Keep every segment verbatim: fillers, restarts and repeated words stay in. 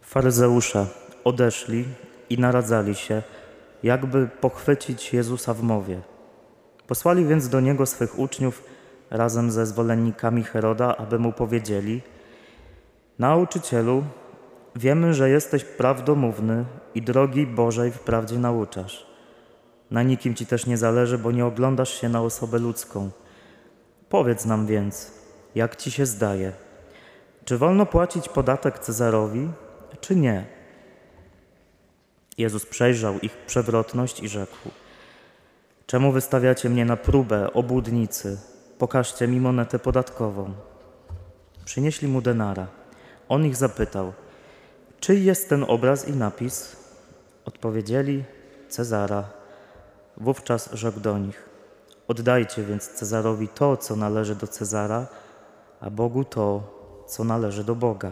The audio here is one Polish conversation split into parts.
Faryzeusze odeszli i naradzali się, jakby pochwycić Jezusa w mowie. Posłali więc do Niego swych uczniów razem ze zwolennikami Heroda, aby Mu powiedzieli: Nauczycielu, wiemy, że jesteś prawdomówny i drogi Bożej wprawdzie nauczasz. Na nikim Ci też nie zależy, bo nie oglądasz się na osobę ludzką. Powiedz nam więc, jak Ci się zdaje, czy wolno płacić podatek Cezarowi, czy nie? Jezus przejrzał ich przewrotność i rzekł: Czemu wystawiacie mnie na próbę, obłudnicy? Pokażcie mi monetę podatkową. Przynieśli mu denara. On ich zapytał: czyj jest ten obraz i napis? Odpowiedzieli: Cezara. Wówczas rzekł do nich: Oddajcie więc Cezarowi to, co należy do Cezara, a Bogu to, co należy do Boga.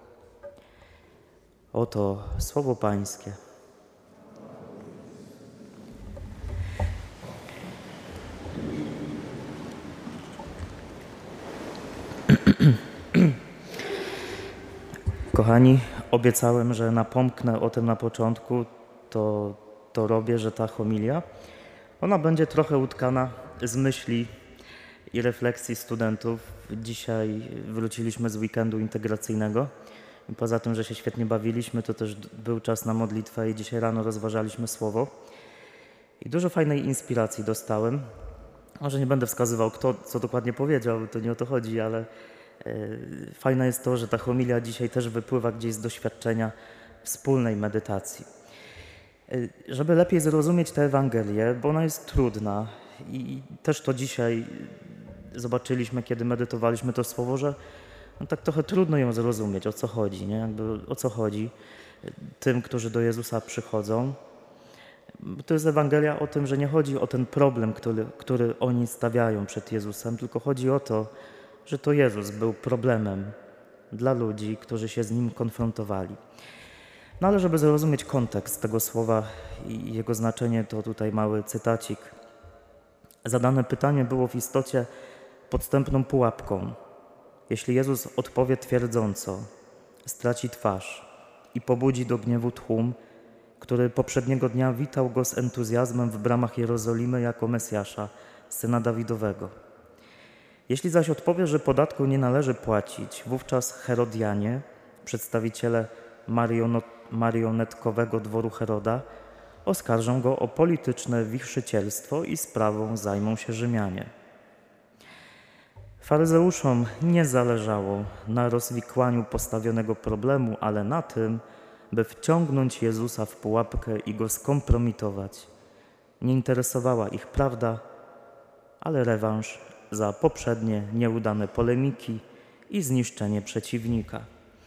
Oto słowo Pańskie. Kochani, obiecałem, że napomknę o tym na początku, to, to robię, że ta homilia, ona będzie trochę utkana z myśli i refleksji studentów. Dzisiaj wróciliśmy z weekendu integracyjnego. I poza tym, że się świetnie bawiliśmy, to też był czas na modlitwę i dzisiaj rano rozważaliśmy Słowo. I dużo fajnej inspiracji dostałem. Może nie będę wskazywał, kto co dokładnie powiedział, to nie o to chodzi, ale yy, fajne jest to, że ta homilia dzisiaj też wypływa gdzieś z doświadczenia wspólnej medytacji. Yy, żeby lepiej zrozumieć tę Ewangelię, bo ona jest trudna i też to dzisiaj zobaczyliśmy, kiedy medytowaliśmy to Słowo, że no tak trochę trudno ją zrozumieć, o co chodzi, nie? Jakby o co chodzi tym, którzy do Jezusa przychodzą. To jest Ewangelia o tym, że nie chodzi o ten problem, który, który oni stawiają przed Jezusem, tylko chodzi o to, że to Jezus był problemem dla ludzi, którzy się z Nim konfrontowali. No ale żeby zrozumieć kontekst tego słowa i jego znaczenie, to tutaj mały cytacik. Zadane pytanie było w istocie podstępną pułapką. Jeśli Jezus odpowie twierdząco, straci twarz i pobudzi do gniewu tłum, który poprzedniego dnia witał Go z entuzjazmem w bramach Jerozolimy jako Mesjasza, Syna Dawidowego. Jeśli zaś odpowie, że podatku nie należy płacić, wówczas Herodianie, przedstawiciele marionetkowego dworu Heroda, oskarżą Go o polityczne wichrzycielstwo i sprawą zajmą się Rzymianie. Faryzeuszom nie zależało na rozwikłaniu postawionego problemu, ale na tym, by wciągnąć Jezusa w pułapkę i Go skompromitować. Nie interesowała ich prawda, ale rewanż za poprzednie nieudane polemiki i zniszczenie przeciwnika.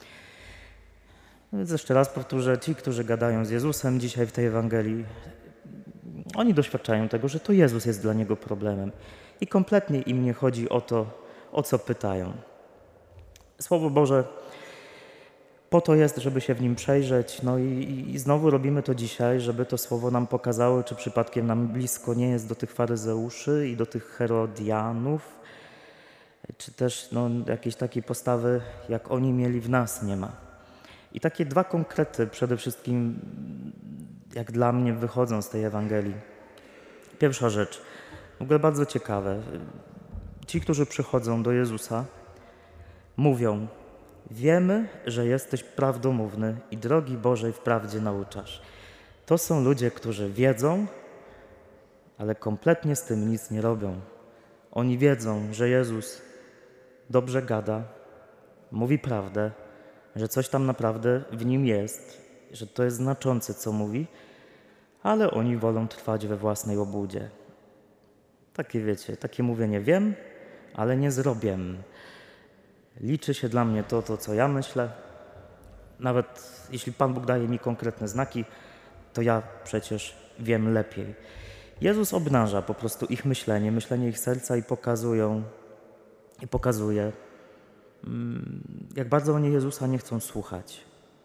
Więc jeszcze raz powtórzę, ci, którzy gadają z Jezusem dzisiaj w tej Ewangelii, oni doświadczają tego, że to Jezus jest dla niego problemem i kompletnie im nie chodzi o to, o co pytają. Słowo Boże po to jest, żeby się w nim przejrzeć, no i, i znowu robimy to dzisiaj, żeby to Słowo nam pokazało, czy przypadkiem nam blisko nie jest do tych faryzeuszy i do tych Herodianów, czy też no, jakiejś takiej postawy, jak oni mieli, w nas nie ma. I takie dwa konkrety przede wszystkim, jak dla mnie, wychodzą z tej Ewangelii. Pierwsza rzecz, w ogóle bardzo ciekawe. Ci, którzy przychodzą do Jezusa, mówią: wiemy, że jesteś prawdomówny i drogi Bożej wprawdzie nauczasz. To są ludzie, którzy wiedzą, ale kompletnie z tym nic nie robią. Oni wiedzą, że Jezus dobrze gada, mówi prawdę, że coś tam naprawdę w Nim jest, że to jest znaczące, co mówi, ale oni wolą trwać we własnej obłudzie. Takie wiecie, takie mówienie: wiem, ale nie zrobię. Liczy się dla mnie to, to, co ja myślę. Nawet jeśli Pan Bóg daje mi konkretne znaki, to ja przecież wiem lepiej. Jezus obnaża po prostu ich myślenie, myślenie ich serca i pokazują, i pokazuje, jak bardzo oni Jezusa nie chcą słuchać.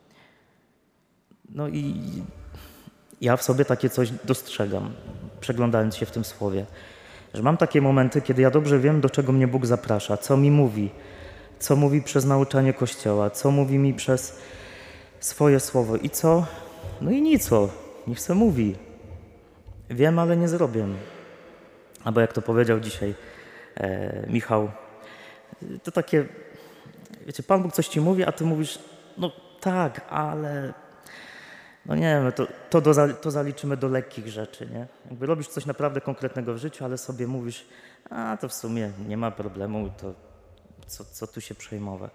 No i ja w sobie takie coś dostrzegam, przeglądając się w tym słowie, że mam takie momenty, kiedy ja dobrze wiem, do czego mnie Bóg zaprasza, co mi mówi, co mówi przez nauczanie Kościoła, co mówi mi przez swoje słowo. I co? No i nic, o, niech se mówi. Wiem, ale nie zrobię. Albo jak to powiedział dzisiaj e, Michał, to takie, wiecie, Pan Bóg coś ci mówi, a ty mówisz, no tak, ale no nie wiem, to, to, do, to zaliczymy do lekkich rzeczy, nie? Jakby robisz coś naprawdę konkretnego w życiu, ale sobie mówisz, a to w sumie nie ma problemu, to co, co tu się przejmować?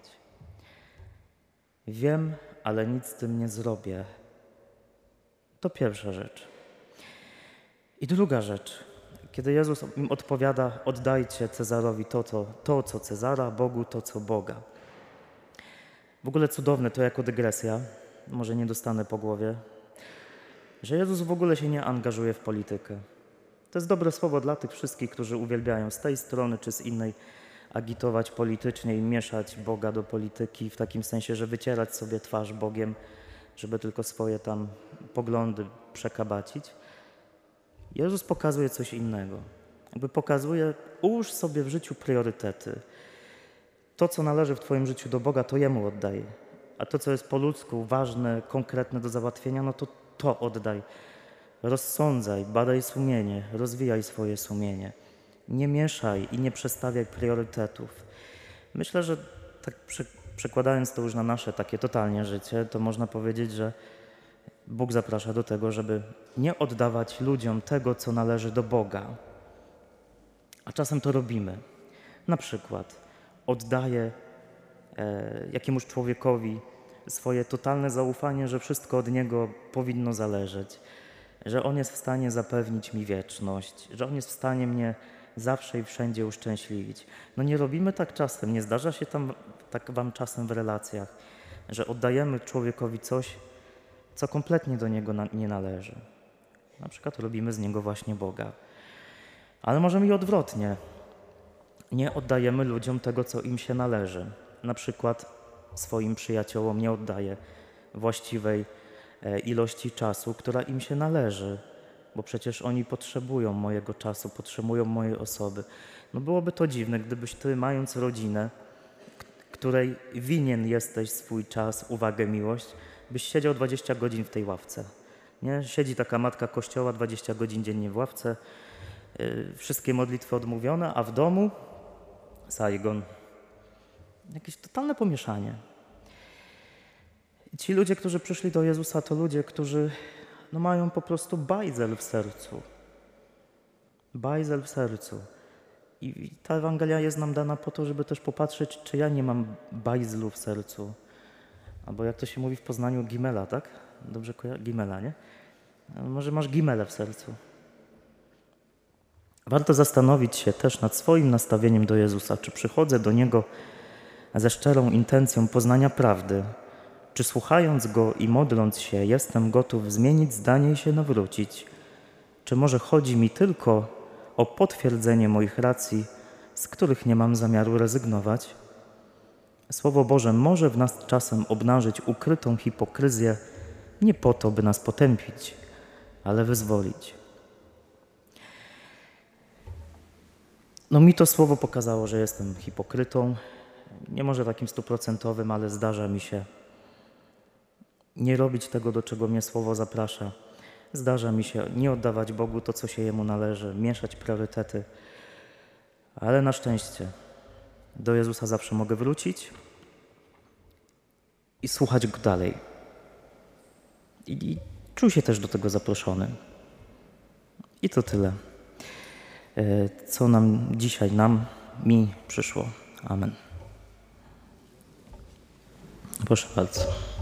Wiem, ale nic z tym nie zrobię. To pierwsza rzecz. I druga rzecz. Kiedy Jezus im odpowiada, oddajcie Cezarowi to, to, to, co Cezara, Bogu to, co Boga. W ogóle cudowne to jako dygresja, może nie dostanę po głowie, że Jezus w ogóle się nie angażuje w politykę. To jest dobre słowo dla tych wszystkich, którzy uwielbiają z tej strony czy z innej agitować politycznie i mieszać Boga do polityki w takim sensie, że wycierać sobie twarz Bogiem, żeby tylko swoje tam poglądy przekabacić. Jezus pokazuje coś innego. Jakby pokazuje, ułóż sobie w życiu priorytety. To, co należy w twoim życiu do Boga, to Jemu oddaj. A to, co jest po ludzku ważne, konkretne do załatwienia, no to to oddaj. Rozsądzaj, badaj sumienie, rozwijaj swoje sumienie. Nie mieszaj i nie przestawiaj priorytetów. Myślę, że tak przekładając to już na nasze takie totalnie życie, to można powiedzieć, że Bóg zaprasza do tego, żeby nie oddawać ludziom tego, co należy do Boga. A czasem to robimy. Na przykład oddaję e, jakiemuś człowiekowi swoje totalne zaufanie, że wszystko od niego powinno zależeć, że on jest w stanie zapewnić mi wieczność, że on jest w stanie mnie zawsze i wszędzie uszczęśliwić. No nie robimy tak czasem, nie zdarza się tam tak wam czasem w relacjach, że oddajemy człowiekowi coś, co kompletnie do niego na, nie należy. Na przykład robimy z niego właśnie Boga. Ale możemy i odwrotnie. Nie oddajemy ludziom tego, co im się należy. Na przykład swoim przyjaciołom nie oddaję właściwej e, ilości czasu, która im się należy, bo przecież oni potrzebują mojego czasu, potrzebują mojej osoby. No byłoby to dziwne, gdybyś ty, mając rodzinę, której winien jesteś swój czas, uwagę, miłość, byś siedział dwadzieścia godzin w tej ławce. Nie? Siedzi taka matka kościoła dwadzieścia godzin dziennie w ławce, yy, wszystkie modlitwy odmówione, a w domu Saigon. Jakieś totalne pomieszanie. I ci ludzie, którzy przyszli do Jezusa, to ludzie, którzy no, mają po prostu bajzel w sercu. Bajzel w sercu. I ta Ewangelia jest nam dana po to, żeby też popatrzeć, czy ja nie mam bajzlu w sercu. Albo jak to się mówi w Poznaniu, gimela, tak? Dobrze kojarzę? Gimela, nie? Może masz gimelę w sercu. Warto zastanowić się też nad swoim nastawieniem do Jezusa. Czy przychodzę do Niego ze szczerą intencją poznania prawdy? Czy słuchając Go i modląc się, jestem gotów zmienić zdanie i się nawrócić? Czy może chodzi mi tylko o potwierdzenie moich racji, z których nie mam zamiaru rezygnować? Słowo Boże może w nas czasem obnażyć ukrytą hipokryzję, nie po to, by nas potępić, ale wyzwolić. No mi to słowo pokazało, że jestem hipokrytą, nie może takim stuprocentowym, ale zdarza mi się nie robić tego, do czego mnie słowo zaprasza. Zdarza mi się nie oddawać Bogu to, co się Jemu należy, mieszać priorytety, ale na szczęście do Jezusa zawsze mogę wrócić i słuchać Go dalej. I, i czuł się też do tego zaproszony. I to tyle, co nam dzisiaj, nam, mi przyszło. Amen. Proszę bardzo.